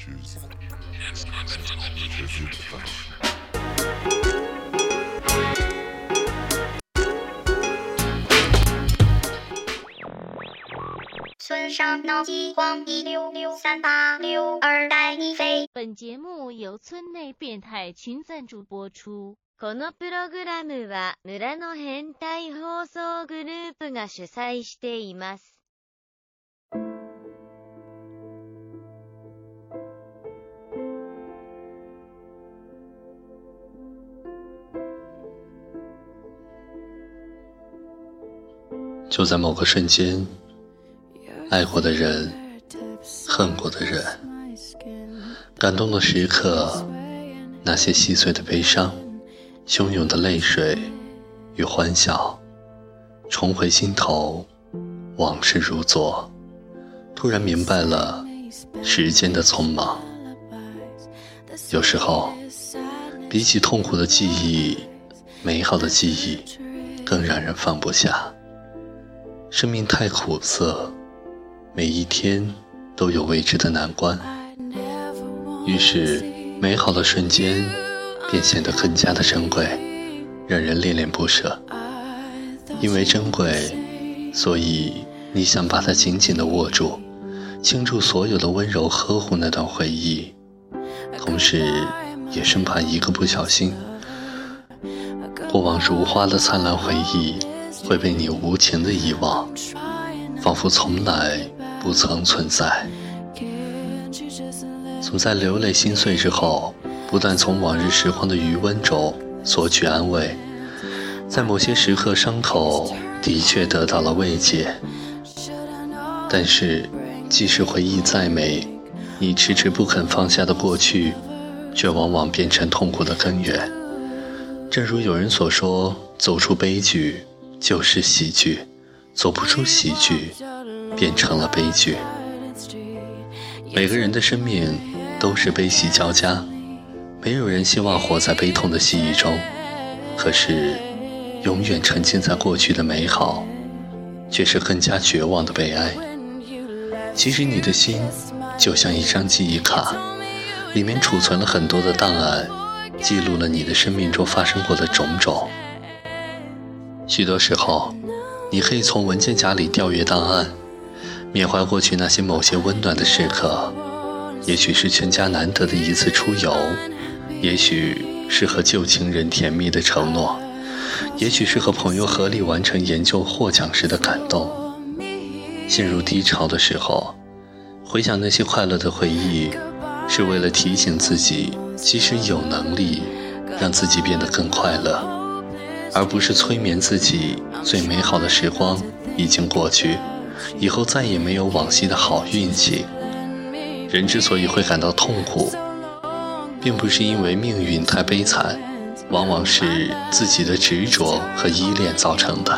村上脑机黄1663862带你飞。 本节目由村内变态群赞助播出。 このプログラムは村の変態放送グループが主催しています。 就在某个瞬间，爱过的人，恨过的人，感动的时刻，那些细碎的悲伤，汹涌的泪水与欢笑，重回心头，往事如昨。突然明白了时间的匆忙。有时候，比起痛苦的记忆，美好的记忆更让人放不下。生命太苦涩，每一天都有未知的难关，于是美好的瞬间便显得更加的珍贵，让人恋恋不舍。因为珍贵，所以你想把它紧紧地握住，倾注所有的温柔呵护那段回忆，同时也生怕一个不小心，过往如花的灿烂回忆会被你无情的遗忘，仿佛从来不曾存在。总在流泪心碎之后，不断从往日时光的余温中索取安慰，在某些时刻伤口的确得到了慰藉，但是即使回忆再美，你迟迟不肯放下的过去，却往往变成痛苦的根源。正如有人所说，走出悲剧就是喜剧，走不出喜剧变成了悲剧。每个人的生命都是悲喜交加，没有人希望活在悲痛的记忆中，可是永远沉浸在过去的美好，却是更加绝望的悲哀。其实你的心就像一张记忆卡，里面储存了很多的档案，记录了你的生命中发生过的种种。许多时候，你可以从文件夹里调阅档案，缅怀过去那些某些温暖的时刻，也许是全家难得的一次出游，也许是和旧情人甜蜜的承诺，也许是和朋友合力完成研究获奖时的感动。陷入低潮的时候，回想那些快乐的回忆，是为了提醒自己，即使有能力让自己变得更快乐，而不是催眠自己最美好的时光已经过去，以后再也没有往昔的好运气。人之所以会感到痛苦，并不是因为命运太悲惨，往往是自己的执着和依恋造成的。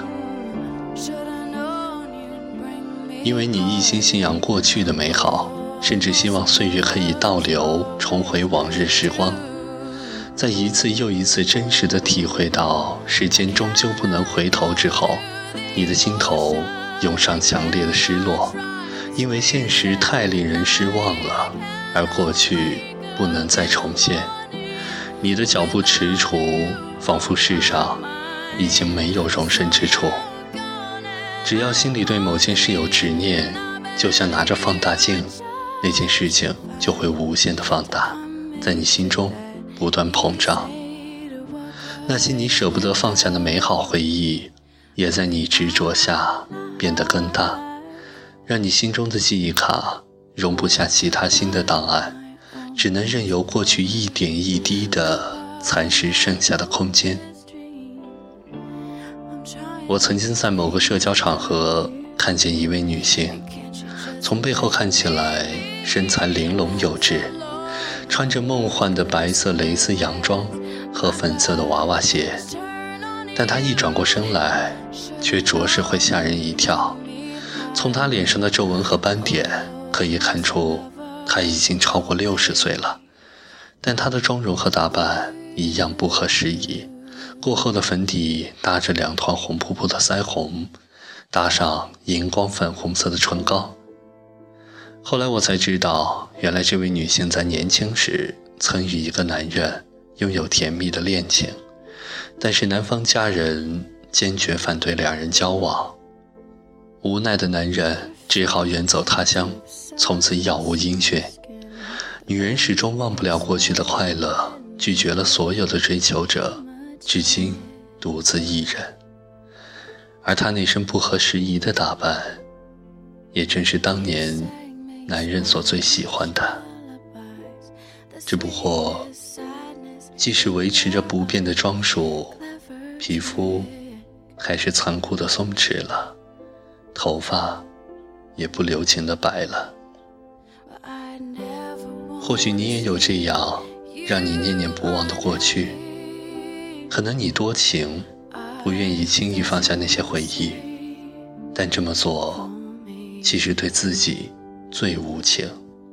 因为你一心信仰过去的美好，甚至希望岁月可以倒流，重回往日时光，在一次又一次真实地体会到时间终究不能回头之后，你的心头涌上强烈的失落，因为现实太令人失望了，而过去不能再重现。你的脚步踟蹰，仿佛世上已经没有容身之处。只要心里对某件事有执念，就像拿着放大镜，那件事情就会无限的放大，在你心中不断膨胀。那些你舍不得放下的美好回忆，也在你执着下变得更大，让你心中的记忆卡容不下其他新的档案，只能任由过去一点一滴的蚕食剩下的空间。我曾经在某个社交场合看见一位女性，从背后看起来身材玲珑有致，穿着梦幻的白色蕾丝洋装和粉色的娃娃鞋，但她一转过身来，却着实会吓人一跳。从她脸上的皱纹和斑点可以看出，她已经超过60岁了，但她的妆容和打扮一样不合时宜。过后的粉底搭着2团红扑扑的腮红，搭上荧光粉红色的唇膏。 后来我才知道，原来这位女性在年轻时曾与一个男人拥有甜蜜的恋情，但是男方家人坚决反对两人交往。无奈的男人只好远走他乡，从此杳无音讯。女人始终忘不了过去的快乐，拒绝了所有的追求者，至今独自一人。而她那身不合时宜的打扮，也正是当年男人所最喜欢的。只不过即使维持着不变的装束，皮肤还是残酷的松弛了，头发也不留情的白了。或许你也有这样让你念念不忘的过去，可能你多情，不愿意轻易放下那些回忆，但这么做其实对自己最无情。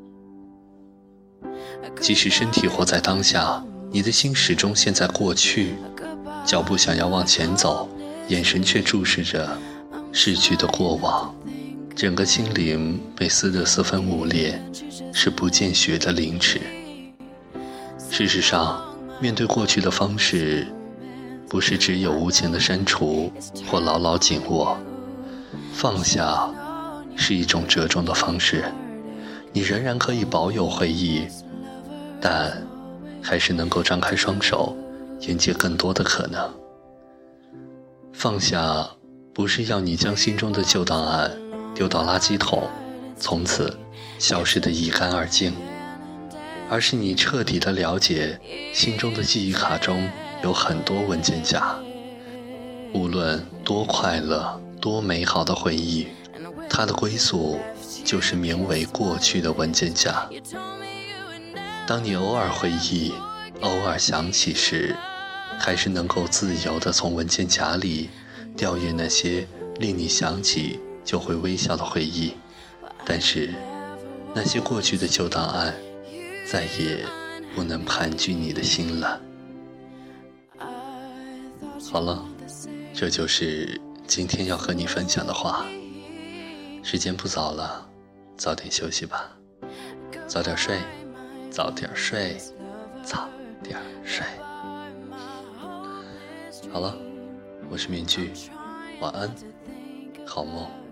即使身体活在当下，你的心始终陷在过去，脚步想要往前走，眼神却注视着逝去的过往，整个心灵被撕得四分五裂，是不见血的凌迟。事实上，面对过去的方式，不是只有无情的删除或牢牢紧握，放下是一种折中的方式。你仍然可以保有回忆，但还是能够张开双手，迎接更多的可能。放下不是要你将心中的旧档案丢到垃圾桶，从此消失得一干二净，而是你彻底的了解，心中的记忆卡中有很多文件夹，无论多快乐多美好的回忆，它的归宿就是名为过去的文件夹。当你偶尔回忆，偶尔想起时，还是能够自由地从文件夹里调阅那些令你想起就会微笑的回忆，但是那些过去的旧档案再也不能盘踞你的心了。好了，这就是今天要和你分享的话。时间不早了，早点休息吧，早点睡，早点睡，早点睡。好了，我是面具，晚安，好梦。